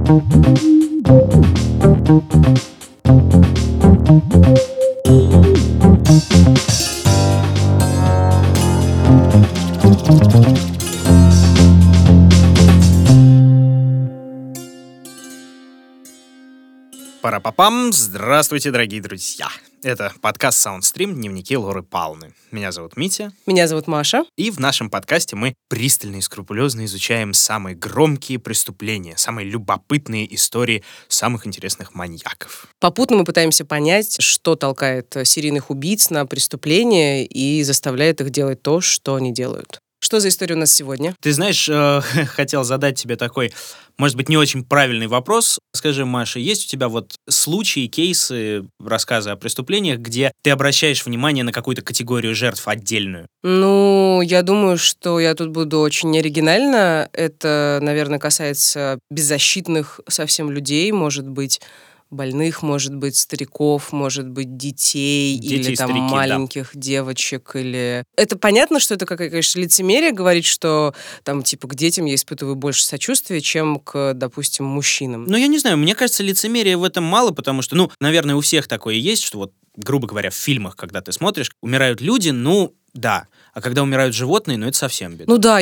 Пара-па-пам! Здравствуйте, дорогие друзья! Это подкаст Soundstream «Дневники Лоры Палны». Меня зовут Митя. Меня зовут Маша. И в нашем подкасте мы пристально и скрупулезно изучаем самые громкие преступления, самые любопытные истории самых интересных маньяков. Попутно мы пытаемся понять, что толкает серийных убийц на преступления и заставляет их делать то, что они делают. Что за история у нас сегодня? Ты знаешь, хотел задать тебе такой, может быть, не очень правильный вопрос. Скажи, Маша, есть у тебя вот случаи, кейсы, рассказы о преступлениях, где ты обращаешь внимание на какую-то категорию жертв отдельную? Ну, я думаю, что я тут буду очень оригинальна. Это, наверное, касается беззащитных совсем людей, может быть, больных, может быть, стариков, может быть, детей или там старики, маленьких девочек. Или... Это понятно, что это какая-то, конечно, лицемерие говорить, что там, типа, к детям я испытываю больше сочувствия, чем к, допустим, мужчинам. Ну, я не знаю, мне кажется, лицемерия в этом мало, потому что, наверное, у всех такое есть, что вот, грубо говоря, в фильмах, когда ты смотришь, умирают люди, да. А когда умирают животные, это совсем беда. Ну да,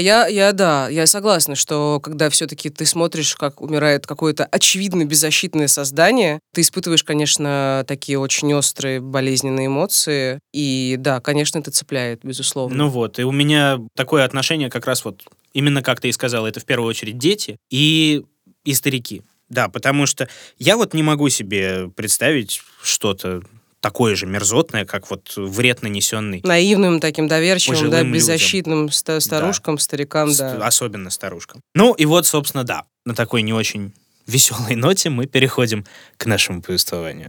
я согласна, что когда все-таки ты смотришь, как умирает какое-то очевидно беззащитное создание, ты испытываешь, конечно, такие очень острые болезненные эмоции. И да, конечно, это цепляет, безусловно. И у меня такое отношение как раз вот, именно как ты и сказала, это в первую очередь дети и старики. Да, потому что я вот не могу себе представить что-то такое же мерзотное, как вот вред, нанесенный наивным таким доверчивым, пожилым беззащитным старушкам, старикам, да. Особенно старушкам. И вот, собственно, да, на такой не очень веселой ноте мы переходим к нашему повествованию.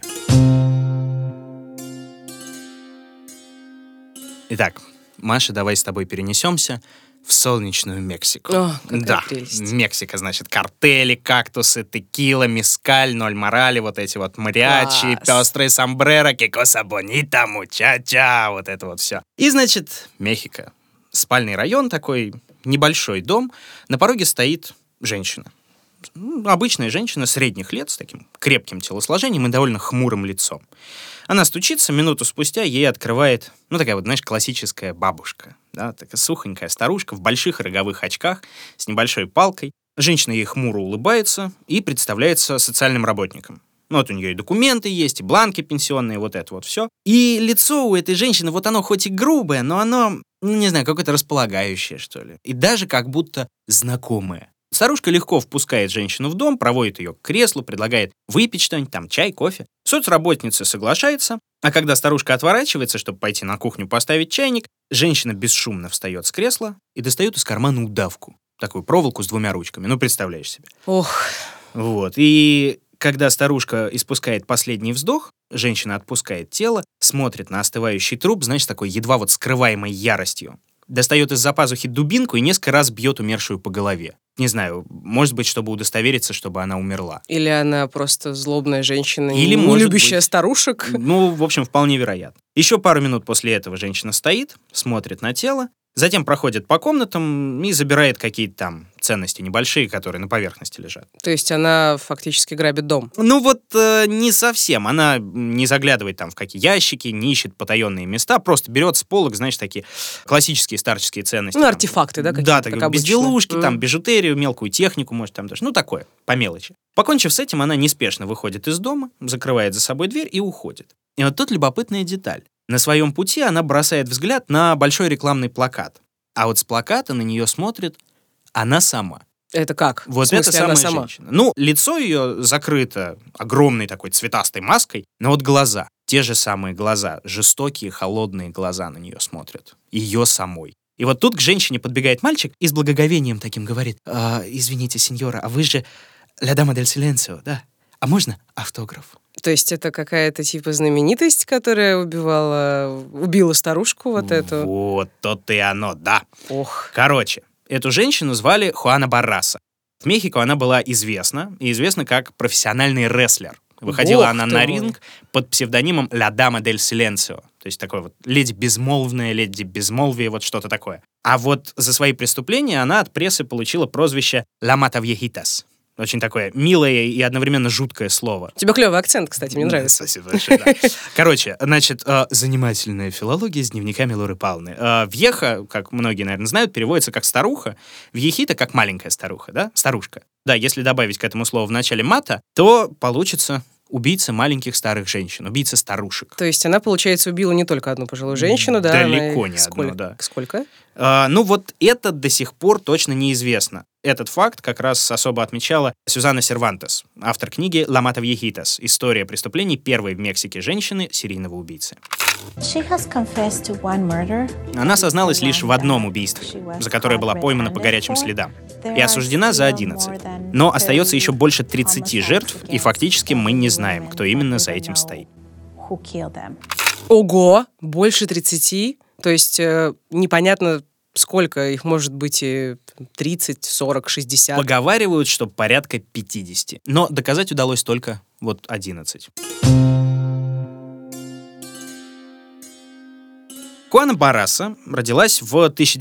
Итак, Маша, давай с тобой перенесемся в солнечную Мексику. О, какая прелесть. Мексика, значит, картели, кактусы, текила, мескаль, ноль морали, вот эти вот мариачи, пестрые сомбреро, кикоса бонита, мучача, вот это вот все. И, значит, Мехико. Спальный район такой, небольшой дом. На пороге стоит женщина. Обычная женщина средних лет с таким крепким телосложением и довольно хмурым лицом. Она стучится, минуту спустя ей открывает, такая вот, знаешь, классическая бабушка. Да, такая сухонькая старушка в больших роговых очках с небольшой палкой. Женщина ей хмуро улыбается и представляется социальным работником. Вот у нее и документы есть, и бланки пенсионные, вот это вот все. И лицо у этой женщины, вот оно хоть и грубое, но оно, не знаю, какое-то располагающее, что ли. И даже как будто знакомое. Старушка легко впускает женщину в дом, проводит ее к креслу, предлагает выпить что-нибудь, там чай, кофе. Соцработница соглашается, а когда старушка отворачивается, чтобы пойти на кухню поставить чайник, женщина бесшумно встает с кресла и достает из кармана удавку. Такую проволоку с 2 ручками, представляешь себе. Ох. Вот, и когда старушка испускает последний вздох, женщина отпускает тело, смотрит на остывающий труп, знаешь, такой едва вот скрываемой яростью. Достает из-за пазухи дубинку и несколько раз бьет умершую по голове. Не знаю, может быть, чтобы удостовериться, чтобы она умерла. Или она просто злобная женщина, или не любящая старушек. В общем, вполне вероятно. Еще пару минут после этого женщина стоит, смотрит на тело, затем проходит по комнатам и забирает какие-то там ценности небольшие, которые на поверхности лежат. То есть она фактически грабит дом? Не совсем. Она не заглядывает там в какие ящики, не ищет потаенные места, просто берет с полок, знаешь, такие классические старческие ценности. Артефакты, да, какие-то, да, так, безделушки, там, бижутерию, мелкую технику, может, там даже, такое, по мелочи. Покончив с этим, она неспешно выходит из дома, закрывает за собой дверь и уходит. И вот тут любопытная деталь. На своем пути она бросает взгляд на большой рекламный плакат. А вот с плаката на нее смотрит она сама. Это как? Вот это самая женщина. Лицо ее закрыто огромной такой цветастой маской, но вот глаза, те же самые глаза, жестокие, холодные глаза на нее смотрят. Ее самой. И вот тут к женщине подбегает мальчик и с благоговением таким говорит: «Извините, сеньора, а вы же ля дама дель силенцио, да? А можно автограф?» То есть это какая-то типа знаменитость, которая убила старушку вот эту? Вот, то-то и оно, да. Ох. Короче, эту женщину звали Хуана Барраса. В Мехико она была известна как профессиональный рестлер. Выходила она на ринг под псевдонимом «Ля дама дель силенцио». То есть такой вот леди безмолвная, леди безмолвие, вот что-то такое. А вот за свои преступления она от прессы получила прозвище «Ла мата вьехитас». Очень такое милое и одновременно жуткое слово. У тебя клевый акцент, кстати, мне нравится. Спасибо большое, да. Короче, значит, занимательная филология с дневниками Лоры Павловны. Вьеха, как многие, наверное, знают, переводится как старуха. Вьехита как маленькая старуха, да? Старушка. Да, если добавить к этому слову в начале мата, то получится убийца маленьких старых женщин, убийца старушек. То есть она, получается, убила не только одну пожилую женщину, да? Далеко не одну, да. Сколько? Ну вот это до сих пор точно неизвестно. Этот факт как раз особо отмечала Сюзанна Сервантес, автор книги «Ла Мата Вьехитас. История преступлений первой в Мексике женщины, серийного убийцы». Она созналась лишь в одном убийстве, за которое была поймана по горячим следам, и осуждена за 11. Но остается еще больше 30 жертв, и фактически мы не знаем, кто именно за этим стоит. Ого! Больше 30? То есть непонятно, сколько их может быть, 30, 40, 60. Поговаривают, что порядка 50. Но доказать удалось только вот 11. Хуана Барраса родилась в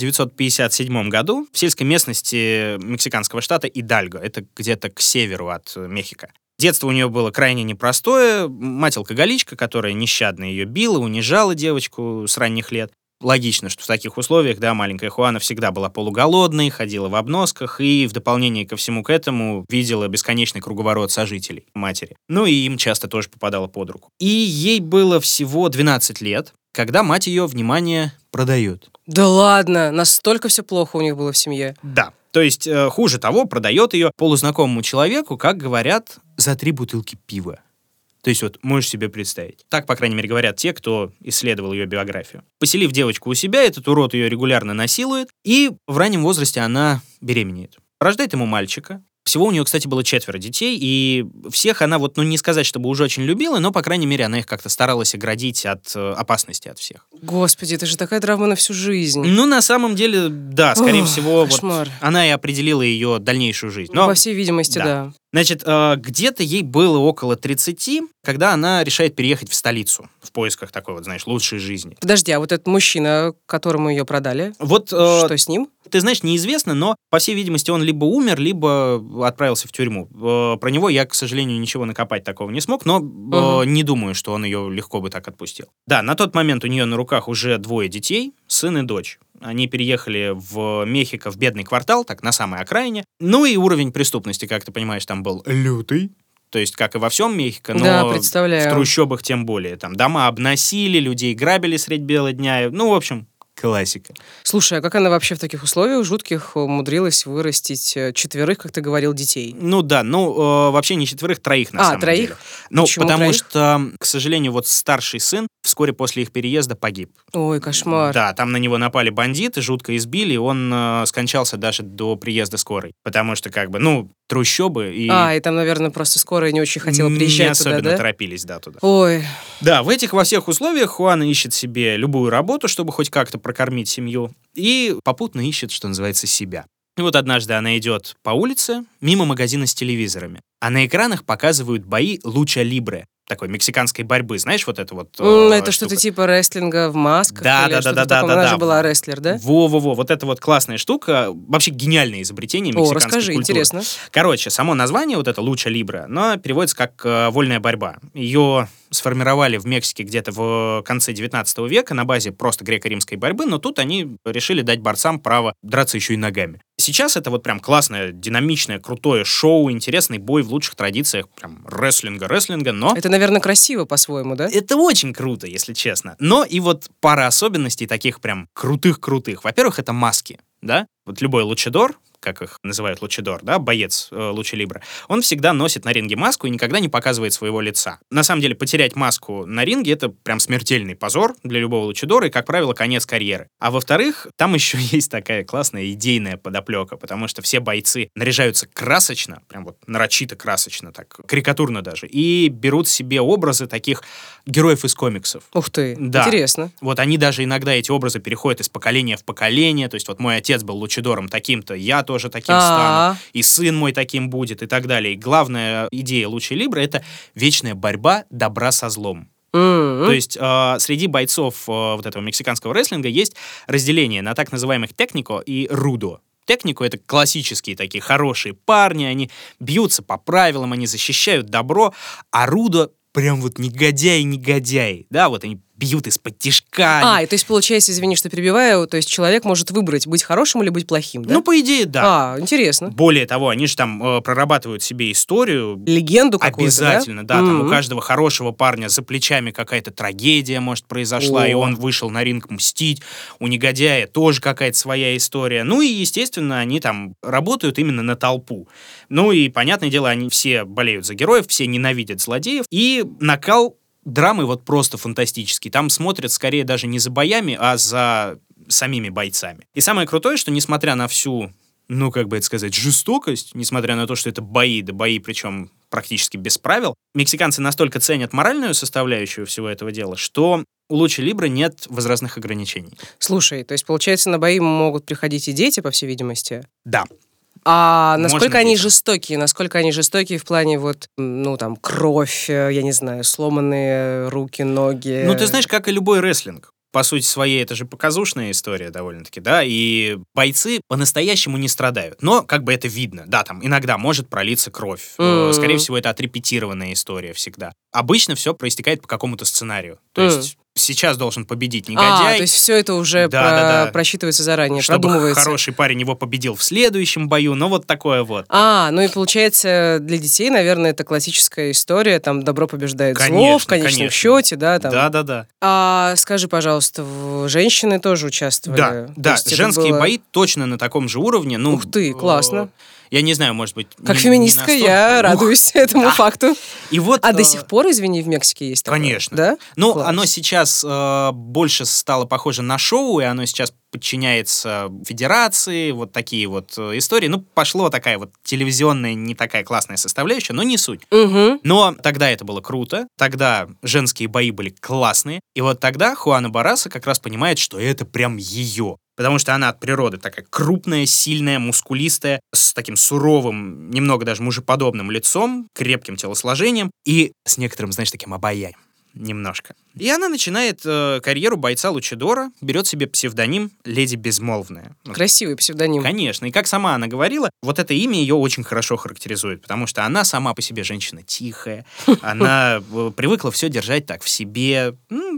1957 году в сельской местности мексиканского штата Идальго. Это где-то к северу от Мехико. Детство у нее было крайне непростое. Мать-алкоголичка, которая нещадно ее била, унижала девочку с ранних лет. Логично, что в таких условиях, да, маленькая Хуана всегда была полуголодной, ходила в обносках и в дополнение ко всему к этому видела бесконечный круговорот сожителей матери. Ну и им часто тоже попадало под руку. И ей было всего 12 лет, когда мать ее, внимание, продает. Да ладно, настолько все плохо у них было в семье. Да. То есть, хуже того, продает ее полузнакомому человеку, как говорят, за 3 бутылки пива. То есть вот можешь себе представить. Так, по крайней мере, говорят те, кто исследовал ее биографию. Поселив девочку у себя, этот урод ее регулярно насилует, и в раннем возрасте она беременеет. Рождает ему мальчика. Всего у нее, кстати, было 4 детей, и всех она вот, не сказать, чтобы уже очень любила, но, по крайней мере, она их как-то старалась оградить от опасности от всех. Господи, это же такая травма на всю жизнь. Ну, на самом деле, да, скорее всего, кошмар. Вот она и определила ее дальнейшую жизнь. Но, во всей видимости, да. Значит, где-то ей было около 30, когда она решает переехать в столицу в поисках такой вот, знаешь, лучшей жизни. Подожди, а вот этот мужчина, которому ее продали, вот, что с ним? Ты знаешь, неизвестно, но, по всей видимости, он либо умер, либо отправился в тюрьму. Про него я, к сожалению, ничего накопать такого не смог, но не думаю, что он ее легко бы так отпустил. Да, на тот момент у нее на руках уже 2 детей, сын и дочь. Они переехали в Мехико, в бедный квартал, так, на самой окраине. Ну и уровень преступности, как ты понимаешь, там был лютый. То есть, как и во всем Мехико, но да, представляю. В трущобах тем более. Там дома обносили, людей грабили средь бела дня. Ну, в общем, классика. Слушай, а как она вообще в таких условиях жутких умудрилась вырастить 4, как ты говорил, детей? Ну да, вообще не 4, 3 на самом 3? деле. Ну, почему потому 3? что, к сожалению, вот старший сын вскоре после их переезда погиб. Ой, кошмар. Да, там на него напали бандиты, жутко избили, он скончался даже до приезда скорой. Потому что, трущобы и... И там, наверное, просто скорая не очень хотела приезжать не туда, особенно да? торопились, да, туда. Ой. Да, во всех условиях Хуана ищет себе любую работу, чтобы хоть как-то прокормить семью, и попутно ищет, что называется, себя. И вот однажды она идет по улице, мимо магазина с телевизорами, а на экранах показывают бои луча либре, такой мексиканской борьбы, знаешь, вот это вот это что-то типа рестлинга в масках? Да. Она же была рестлер, да? Во-во-во, вот это вот классная штука, вообще гениальное изобретение мексиканской расскажи, культуры. интересно. Короче, само название, вот это луча либре, оно переводится как вольная борьба. Ее сформировали в Мексике где-то в конце 19 века на базе просто греко-римской борьбы, но тут они решили дать борцам право драться еще и ногами. Сейчас это вот прям классное, динамичное, крутое шоу, интересный бой в лучших традициях прям рестлинга, но... Это, наверное, красиво по-своему, да? Это очень круто, если честно. Но и вот пара особенностей таких прям крутых-крутых. Во-первых, это маски, да? Вот любой лучидор, как их называют лучидор, да, боец луча либре, он всегда носит на ринге маску и никогда не показывает своего лица. На самом деле, потерять маску на ринге — это прям смертельный позор для любого лучидора и, как правило, конец карьеры. А во-вторых, там еще есть такая классная идейная подоплека, потому что все бойцы наряжаются красочно, прям вот нарочито красочно, так, карикатурно даже, и берут себе образы таких героев из комиксов. Ух ты, да. Интересно. Вот они даже иногда, эти образы, переходят из поколения в поколение, то есть вот мой отец был лучидором таким-то, я тоже таким стану, и сын мой таким будет, и так далее. И главная идея луча либре — это вечная борьба добра со злом. То есть среди бойцов вот этого мексиканского рестлинга есть разделение на так называемых технико и рудо. технику. Это классические такие хорошие парни, они бьются по правилам, они защищают добро, а Рудо прям вот негодяй, да, вот они бьют из-под тишка. И то есть, получается, извини, что перебиваю, то есть человек может выбрать, быть хорошим или быть плохим, да? Ну, по идее, да. Интересно. Более того, они же там прорабатывают себе историю. Легенду какую-то, обязательно, да? Там у каждого хорошего парня за плечами какая-то трагедия, может, произошла, и он вышел на ринг мстить. У негодяя тоже какая-то своя история. Ну и, естественно, они там работают именно на толпу. Ну и, понятное дело, они все болеют за героев, все ненавидят злодеев. И накал драмы вот просто фантастический. Там смотрят скорее даже не за боями, а за самими бойцами. И самое крутое, что несмотря на всю, ну, как бы это сказать, жестокость, несмотря на то, что это бои, да бои, причем практически без правил, мексиканцы настолько ценят моральную составляющую всего этого дела, что у Луча Либре нет возрастных ограничений. Слушай, то есть, получается, на бои могут приходить и дети, по всей видимости? Да. А насколько они жестокие? Насколько они жестокие в плане вот, ну, там, кровь, я не знаю, сломанные руки, ноги? Ну, ты знаешь, как и любой рестлинг. По сути своей, это же показушная история довольно-таки, да, и бойцы по-настоящему не страдают. Но как бы это видно, да, там иногда может пролиться кровь. Скорее всего, это отрепетированная история всегда. Обычно все проистекает по какому-то сценарию. То есть сейчас должен победить негодяй. То есть все это уже просчитывается заранее, чтобы продумывается. Хороший парень его победил в следующем бою, ну вот такое вот. Ну и получается, для детей, наверное, это классическая история, там добро побеждает зло в конечном счете, да? Там. Да. Скажи, пожалуйста, женщины тоже участвовали? Да, женские бои точно на таком же уровне. Ну, ух ты, классно. Я не знаю, может быть... Как феминистка я радуюсь этому факту. И вот, до сих пор, извини, в Мексике есть такое? Конечно. Да? Ну, Класс. оно сейчас больше стало похоже на шоу, и оно сейчас подчиняется федерации, вот такие вот истории. Ну, пошло такая вот телевизионная, не такая классная составляющая, но не суть. Но тогда это было круто, тогда женские бои были классные, и вот тогда Хуана Барраса как раз понимает, что это прям ее. Потому что она от природы такая крупная, сильная, мускулистая, с таким суровым, немного даже мужеподобным лицом, крепким телосложением и с некоторым, знаешь, таким обаянием. Немножко. И она начинает карьеру бойца Лучидора, берет себе псевдоним «Леди Безмолвная». Красивый псевдоним. Конечно. И как сама она говорила, вот это имя ее очень хорошо характеризует, потому что она сама по себе женщина тихая, она привыкла все держать так в себе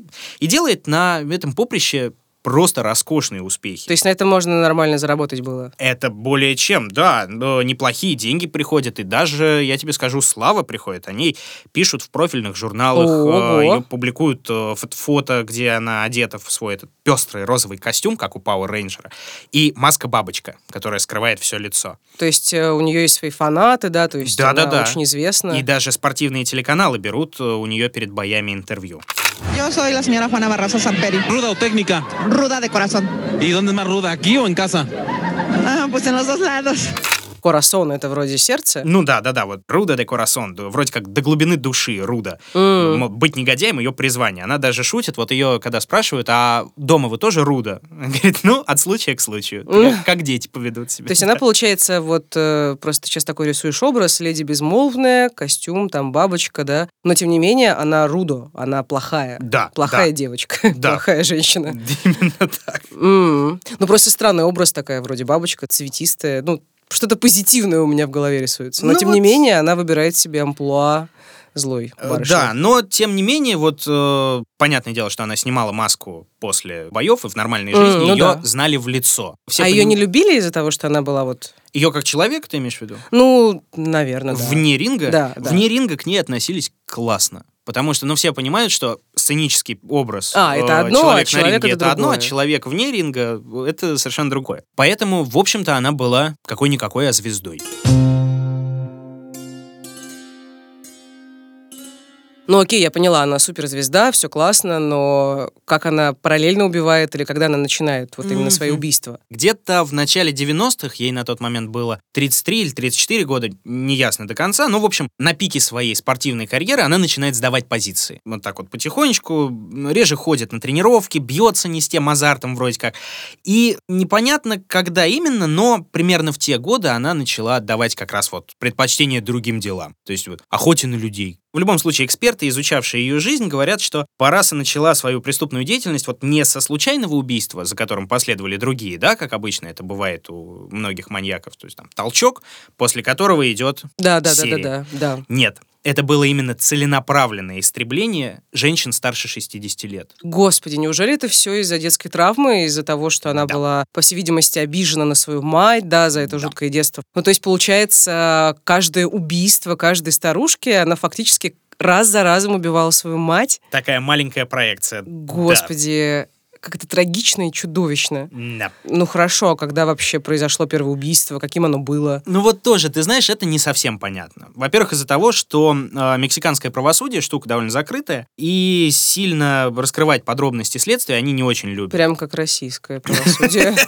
и делает на этом поприще просто роскошные успехи. То есть на это можно нормально заработать было? Это более чем, да. Неплохие деньги приходят, и даже, я тебе скажу, слава приходит. Они пишут в профильных журналах, ее публикуют фото, где она одета в свой этот пестрый розовый костюм, как у Пауэр Рейнджера, и маска-бабочка, которая скрывает все лицо. То есть у нее есть свои фанаты, да? То есть она очень известна. И даже спортивные телеканалы берут у нее перед боями интервью. Yo soy la señora Juana Barraza Samperi. ¿Ruda o técnica? Ruda de corazón. ¿Y dónde es más ruda, aquí o en casa? Pues en los dos lados. Корасон — это вроде сердце? Ну да, вот Руда де Корасон, вроде как до глубины души Руда. Быть негодяем — ее призвание. Она даже шутит, вот ее когда спрашивают, а дома вы тоже Руда? Она говорит, от случая к случаю. Как дети поведут себя. То есть она, получается, вот просто сейчас такой рисуешь образ, леди безмолвная, костюм, там бабочка, да? Но тем не менее она Рудо, она плохая. Да. Плохая девочка, плохая женщина. Именно так. Ну просто странный образ такая, вроде бабочка, цветистая, что-то позитивное у меня в голове рисуется. Но, тем не менее, она выбирает себе амплуа злой барышни. Да, но, тем не менее, понятное дело, что она снимала маску после боев, и в нормальной жизни ее знали в лицо. Ее не любили из-за того, что она была Ее как человек, ты имеешь в виду? Ну, наверное, да. Вне ринга? Да. Вне ринга к ней относились классно. Потому что, все понимают, что сценический образ это одно, человек а на ринге — это одно, другое. а человек вне ринга — это совершенно другое. Поэтому, в общем-то, она была какой-никакой, а звездой. Ну окей, я поняла, она суперзвезда, все классно, но как она параллельно убивает или когда она начинает именно свои убийства? Где-то в начале 90-х, ей на тот момент было 33 или 34 года, неясно до конца, в общем, на пике своей спортивной карьеры она начинает сдавать позиции. Вот так вот потихонечку, реже ходит на тренировки, бьется не с тем азартом вроде как. И непонятно, когда именно, но примерно в те годы она начала отдавать как раз предпочтение другим делам. То есть охоте на людей, В любом случае, эксперты, изучавшие ее жизнь, говорят, что Бараса начала свою преступную деятельность вот не со случайного убийства, за которым последовали другие, да, как обычно это бывает у многих маньяков, то есть там толчок, после которого идет серия. Да. Нет. Это было именно целенаправленное истребление женщин старше 60 лет. Господи, неужели это все из-за детской травмы, из-за того, что она была, по всей видимости, обижена на свою мать, да, за это жуткое детство? Ну, то есть, получается, каждое убийство каждой старушки, она фактически раз за разом убивала свою мать. Такая маленькая проекция. Господи, как это трагично и чудовищно. Да. Ну хорошо, а когда вообще произошло первое убийство, каким оно было? Ну вот тоже, ты знаешь, это не совсем понятно. Во-первых, из-за того, что мексиканское правосудие штука довольно закрытая, и сильно раскрывать подробности следствия они не очень любят. Прям как российское правосудие.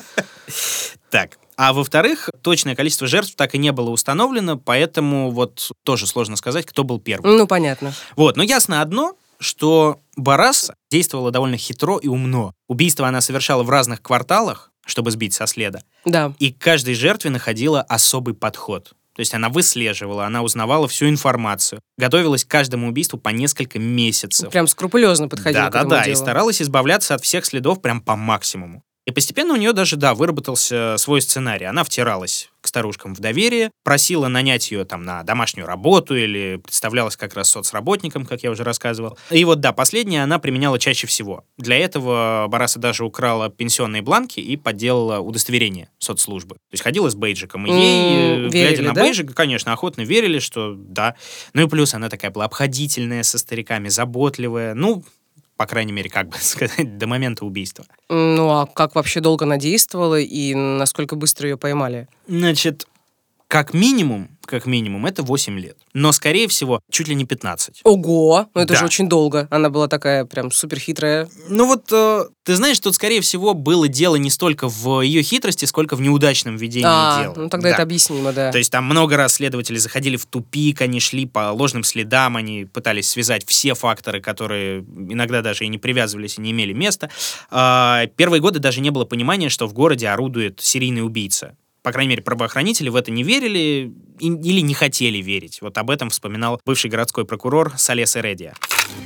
Так. А во-вторых, точное количество жертв так и не было установлено, поэтому вот тоже сложно сказать, кто был первым. Ну, понятно. Вот, но ясно одно, что Бараса действовала довольно хитро и умно. Убийства она совершала в разных кварталах, чтобы сбить со следа. Да. И к каждой жертве находила особый подход. То есть она выслеживала, она узнавала всю информацию, готовилась к каждому убийству по несколько месяцев. Прям скрупулезно подходила к этому делу. И старалась избавляться от всех следов прям по максимуму. И постепенно у нее даже, выработался свой сценарий. Она втиралась к старушкам в доверие, просила нанять ее там на домашнюю работу или представлялась как раз соцработником, как я уже рассказывал. И вот, последнее она применяла чаще всего. Для этого Бараса даже украла пенсионные бланки и подделала удостоверение соцслужбы. То есть ходила с бейджиком. И ей, глядя на бейджик, конечно, охотно верили, что да. Ну и плюс она такая была обходительная со стариками, заботливая. Ну, по крайней мере, как бы сказать, до момента убийства. Ну, а как вообще долго она действовала и насколько быстро ее поймали? Значит, как минимум, это 8 лет. Но, скорее всего, чуть ли не 15. Ого! Ну, это же очень долго. Она была такая прям супер хитрая. Ну вот, ты знаешь, тут, скорее всего, было дело не столько в ее хитрости, сколько в неудачном ведении дела. Ну тогда это объяснимо, да. То есть там много раз следователи заходили в тупик, они шли по ложным следам, они пытались связать все факторы, которые иногда даже и не привязывались, и не имели места. Первые годы даже не было понимания, что в городе орудует серийный убийца. По крайней мере, правоохранители в это не верили или не хотели верить. Вот об этом вспоминал бывший городской прокурор Салес Эредия.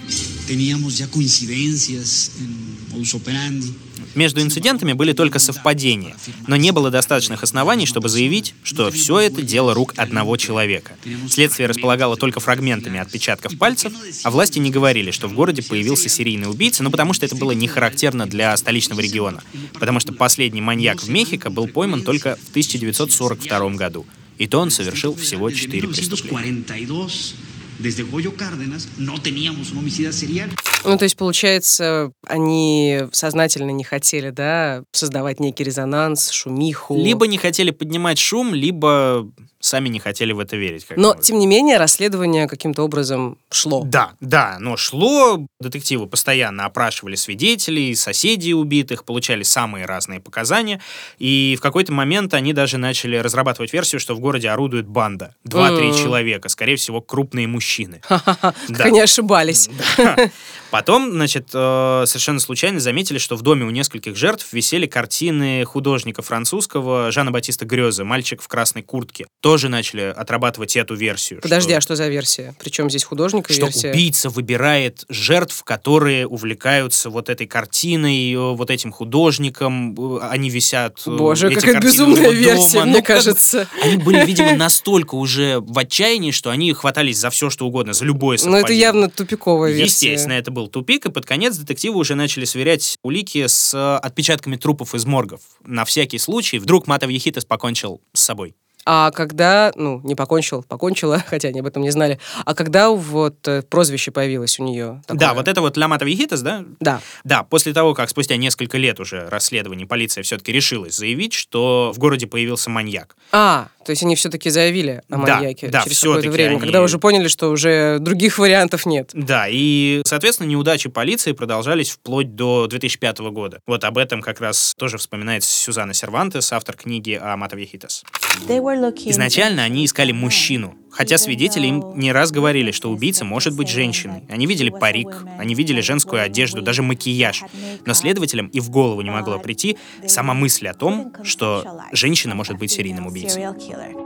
Между инцидентами были только совпадения, но не было достаточных оснований, чтобы заявить, что все это дело рук одного человека. Следствие располагало только фрагментами отпечатков пальцев, а власти не говорили, что в городе появился серийный убийца, потому что это было не характерно для столичного региона, потому что последний маньяк в Мехико был пойман только в 1942 году, и то он совершил всего 4 преступления. Ну, то есть, получается, они сознательно не хотели, создавать некий резонанс, шумиху. Либо не хотели поднимать шум, либо сами не хотели в это верить. Но, тем не менее, расследование каким-то образом шло. Да, но шло. Детективы постоянно опрашивали свидетелей, соседей убитых, получали самые разные показания. И в какой-то момент они даже начали разрабатывать версию, что в городе орудует банда. 2-3 человека, скорее всего, крупные мужчины. Как они ошибались. Потом, совершенно случайно заметили, что в доме у нескольких жертв висели картины художника французского Жана Батиста Грёза «Мальчик в красной куртке». Тоже начали отрабатывать эту версию. Подожди, а что за версия? Причем здесь художник и версия? Что убийца выбирает жертв, которые увлекаются вот этой картиной, вот этим художником. Они висят... Боже, какая безумная версия, мне кажется. Они были, видимо, настолько уже в отчаянии, что они хватались за все, что угодно, за любое совпадение. Но это явно тупиковая версия. Естественно, это был тупик, и под конец детективы уже начали сверять улики с отпечатками трупов из моргов. На всякий случай, вдруг Мата Вьехитас покончил с собой. А когда, покончила, хотя они об этом не знали, а когда прозвище появилось у нее? Такое? Да, вот это вот «Ла Мата Вьехитас», да? Да. Да, после того, как спустя несколько лет уже расследований полиция все-таки решилась заявить, что в городе появился маньяк. То есть они все-таки заявили о маньяке через какое-то время, они... когда уже поняли, что уже других вариантов нет. Да, и, соответственно, неудачи полиции продолжались вплоть до 2005 года. Вот об этом как раз тоже вспоминает Сюзанна Сервантес, автор книги о Мата Вьехитас. Изначально они искали мужчину, хотя свидетели им не раз говорили, что убийца может быть женщиной. Они видели парик, они видели женскую одежду, даже макияж. Но следователям и в голову не могло прийти сама мысль о том, что женщина может быть серийным убийцей.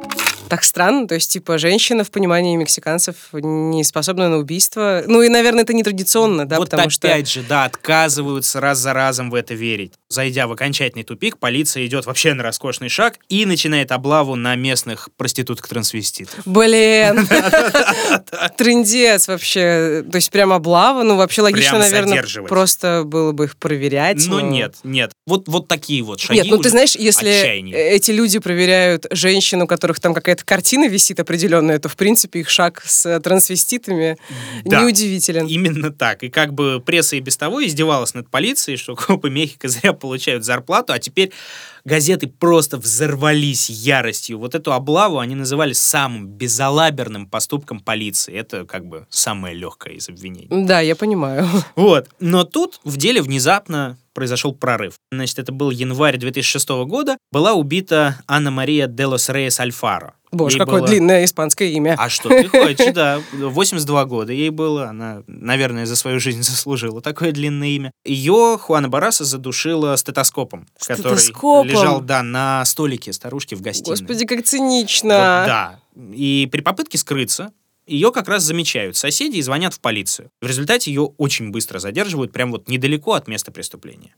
Так странно, то есть, типа, женщина в понимании мексиканцев не способна на убийство. Ну и, наверное, это нетрадиционно, да, вот потому опять же, да, отказываются раз за разом в это верить. Зайдя в окончательный тупик, полиция идет вообще на роскошный шаг и начинает облаву на местных проституток-трансвеститов. Блин, трындец вообще. То есть прям облава, ну вообще логично, Прям наверное, задерживать. просто было бы их проверять. Но но- нет. Вот такие вот шаги. Нет, ну ты уже знаешь, если отчаяние. эти люди проверяют женщин, у которых там какая-то картина висит определенная, то, в принципе, их шаг с трансвеститами Да. неудивителен. Именно так. И как бы пресса и без того издевалась над полицией, что копы Мехико зря получают зарплату, а теперь газеты просто взорвались яростью. Вот эту облаву они называли самым безалаберным поступком полиции. Это как бы самое легкое из обвинений. Да, я понимаю. Вот. Но тут в деле внезапно произошел прорыв. Значит, это был январь 2006 года. Была убита Анна-Мария де лос Рейес Альфаро. Боже, Ей какое было- длинное испанское имя. А что ты хочешь, да. 82 года ей было. Она, наверное, за свою жизнь заслужила такое длинное имя. Ее Хуана Бараса задушила стетоскопом, который Стетоскопом? лежал, да, на столике старушки в гостиной. Господи, как Вот, цинично. да. И при попытке скрыться ее как раз замечают соседи и звонят в полицию. В результате ее очень быстро задерживают, прям вот недалеко от места преступления.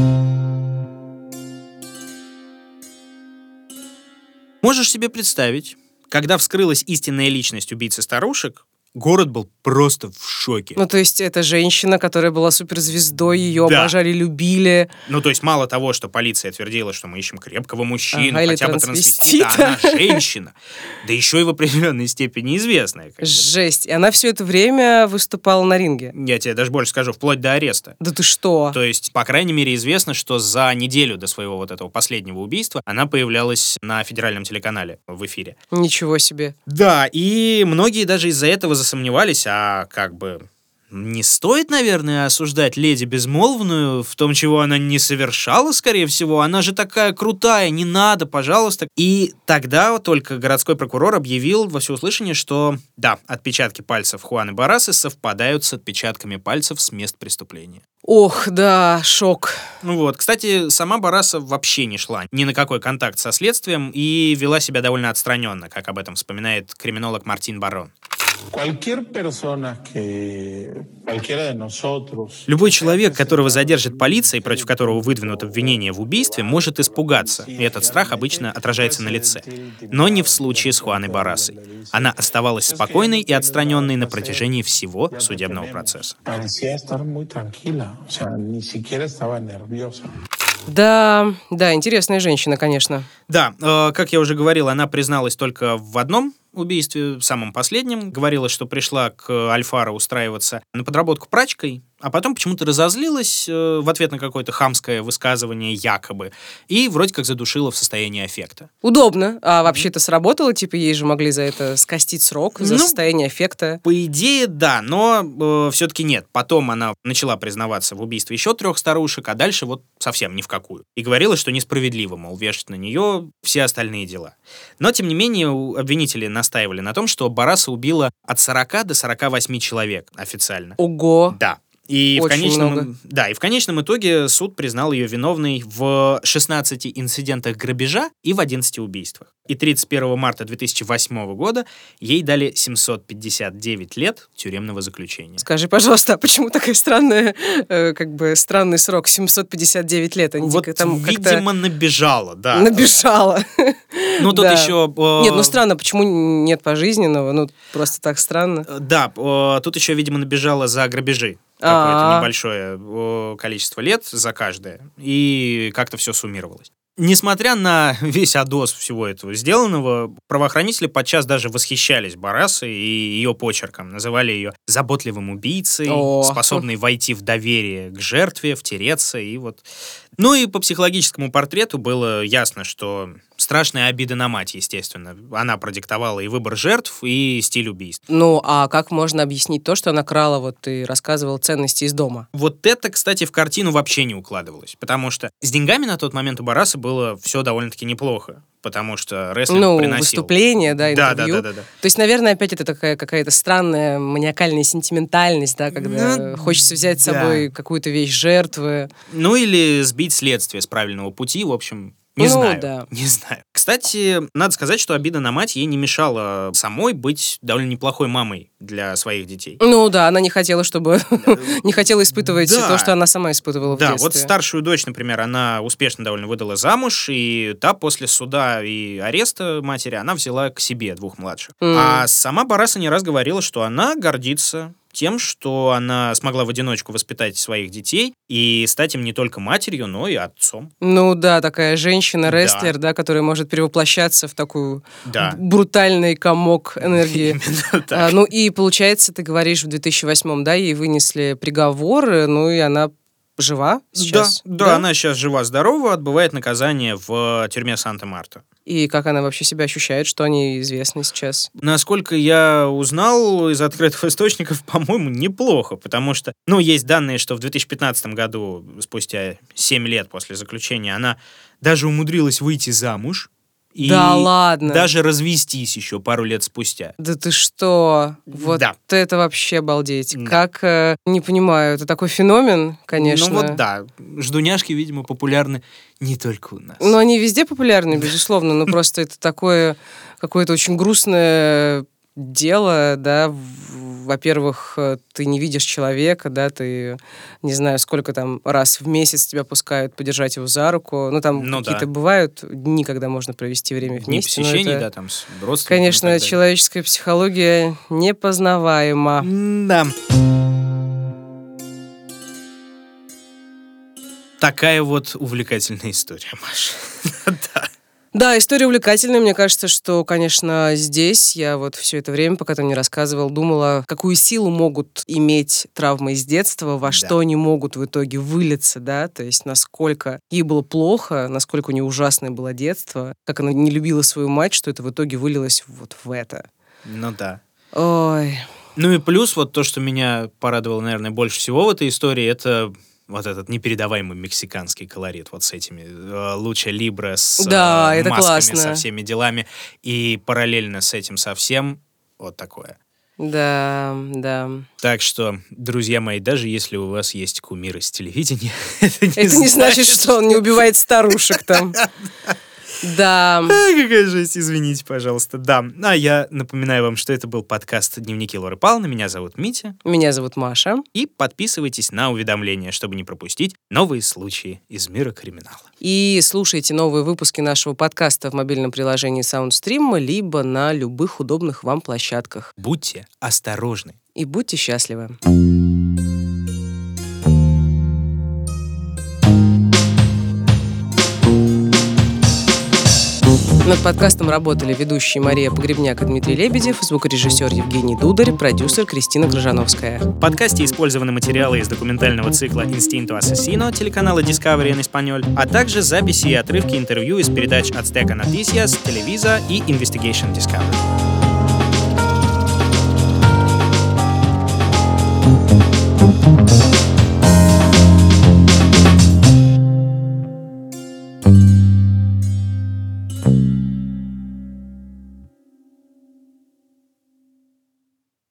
Можешь себе представить, когда вскрылась истинная личность убийцы старушек, город был просто в шоке. Ну, то есть, это женщина, которая была суперзвездой, ее Да. обожали, любили. Ну, то есть, мало того, что полиция твердила, что мы ищем крепкого мужчину, Ага, или хотя бы трансвестита. трансвестита, она женщина. Да еще и в определенной степени известная. как бы. Жесть. И она все это время выступала на ринге. Я тебе даже больше скажу, вплоть до ареста. Да ты что? То есть, по крайней мере, известно, что за неделю до своего вот этого последнего убийства она появлялась на федеральном телеканале в эфире. Ничего себе. Да, и многие даже из-за этого засомневались, а как бы не стоит, наверное, осуждать леди безмолвную в том, чего она не совершала, скорее всего. Она же такая крутая, не надо, пожалуйста. И тогда вот только городской прокурор объявил во всеуслышание, что да, отпечатки пальцев Хуаны Барасы совпадают с отпечатками пальцев с мест преступления. Ох, да, шок. Ну вот, кстати, сама Бараса вообще не шла ни на какой контакт со следствием и вела себя довольно отстраненно, как об этом вспоминает криминолог Мартин Барон. Любой человек, которого задержит полиция и против которого выдвинуто обвинение в убийстве, может испугаться, и этот страх обычно отражается на лице. Но не в случае с Хуаной Барасой. Она оставалась спокойной и отстраненной на протяжении всего судебного процесса. Да, интересная женщина, конечно. Да, как я уже говорил, она призналась только в одном убийстве, самом последнем. Говорила, что пришла к Альфаро устраиваться на подработку прачкой, а потом почему-то разозлилась в ответ на какое-то хамское высказывание якобы и вроде как задушила в состоянии аффекта. Удобно. А вообще-то сработало? Типа, ей же могли за это скостить срок, за Ну, состояние аффекта. По идее, да, но все-таки нет. Потом она начала признаваться в убийстве еще 3 старушек, а дальше вот совсем ни в какую. И говорила, что несправедливо, мол, вешать на нее все остальные дела. Но, тем не менее, обвинители настаивали на том, что Бараса убила от 40 до 48 человек официально. Ого. Да. И Очень много. в конечном итоге суд признал ее виновной в 16 инцидентах грабежа и в 11 убийствах. И 31 марта 2008 года ей дали 759 лет тюремного заключения. Скажи, пожалуйста, а почему такая странная, странный срок, 759 лет? Они Вот, там как-то видимо, набежала, да. набежала. Ну, тут Да. еще... Нет, ну странно, почему нет пожизненного? Ну, просто так странно. Да, тут еще, видимо, набежала за грабежи. Какое-то А-а. небольшое количество лет за каждое. И как-то все суммировалось. Несмотря на весь одос всего этого сделанного, правоохранители подчас даже восхищались Барасой и ее почерком. Называли ее заботливым убийцей, О. способной войти в доверие к жертве, втереться и вот... Ну и по психологическому портрету было ясно, что страшная обида на мать, естественно. Она продиктовала и выбор жертв, и стиль убийств. Ну, а как можно объяснить то, что она крала, вот ты рассказывал, ценности из дома? Вот это, кстати, в картину вообще не укладывалось, потому что с деньгами на тот момент у Бараса было все довольно-таки неплохо, потому что рестлинг Ну, приносил. выступление, да, интервью. Да. То есть, наверное, опять это такая какая-то странная маниакальная сентиментальность, да, когда Ну, хочется взять с да. собой какую-то вещь жертвы. Ну или сбить следствие с правильного пути, в общем, Не Ну, знаю. да. Не знаю. Кстати, надо сказать, что обида на мать ей не мешала самой быть довольно неплохой мамой для своих детей. Ну да, она не хотела, чтобы... не хотела испытывать Да. то, что она сама испытывала в Да, детстве. вот старшую дочь, например, она успешно довольно выдала замуж, и та после суда и ареста матери она взяла к себе 2 младших. А сама Бараса не раз говорила, что она гордится тем, что она смогла в одиночку воспитать своих детей и стать им не только матерью, но и отцом. Ну да, такая женщина-рестлер, да, которая может перевоплощаться в такую Да. брутальный комок энергии. Именно так. Ну и получается, ты говоришь, в 2008-м, да, ей вынесли приговор, ну и она жива сейчас? Да, она сейчас жива-здорова, отбывает наказание в тюрьме Санта-Марта. И как она вообще себя ощущает, что о ней известно сейчас? Насколько я узнал из открытых источников, по-моему, неплохо, потому что, есть данные, что в 2015 году, спустя 7 лет после заключения, она даже умудрилась выйти замуж и Да ладно? даже развестись еще пару лет спустя. Да ты что? Вот Да. это вообще обалдеть. Да. Как, не понимаю, это такой феномен, конечно. Ну вот да, ждуняшки, видимо, популярны не только у нас. Но они везде популярны, безусловно, но просто это такое какое-то очень грустное дело, да. Во-первых, ты не видишь человека, да, ты, не знаю, сколько там раз в месяц тебя пускают подержать его за руку. Ну, там какие-то бывают дни, когда можно провести время Дни вместе. но посещений, это, да, там с родственниками. конечно, и так далее. человеческая психология непознаваема. Да. Такая вот увлекательная история, Маша. Да. Да, история увлекательная. Мне кажется, что, конечно, здесь я вот все это время, пока ты мне рассказывал, думала, какую силу могут иметь травмы из детства, во что они могут в итоге вылиться, да, то есть насколько ей было плохо, насколько у нее ужасное было детство, как она не любила свою мать, что это в итоге вылилось вот в это. Ну да. Ой. Ну и плюс вот то, что меня порадовало, наверное, больше всего в этой истории, это вот этот непередаваемый мексиканский колорит вот с этими Луча Либре, с Да, это масками, классно. со всеми делами. И параллельно с этим совсем вот такое. Да, да. Так что, друзья мои, даже если у вас есть кумир из телевидения, Это не значит, что он не убивает старушек там. Да. Какая жесть, извините, пожалуйста. Да, а я напоминаю вам, что это был подкаст «Дневники Лоры Павловны». Меня зовут Митя. Меня зовут Маша. И подписывайтесь на уведомления, чтобы не пропустить новые случаи из мира криминала. И слушайте новые выпуски нашего подкаста в мобильном приложении SoundStream, либо на любых удобных вам площадках. Будьте осторожны. И будьте счастливы. Над подкастом работали ведущие Мария Погребняк и Дмитрий Лебедев, звукорежиссер Евгений Дударь, продюсер Кристина Крыжановская. В подкасте использованы материалы из документального цикла «Instinto Asesino» телеканала Discovery en Español, а также записи и отрывки интервью из передач «Azteca Noticias», «Televisa» и «Investigation Discovery».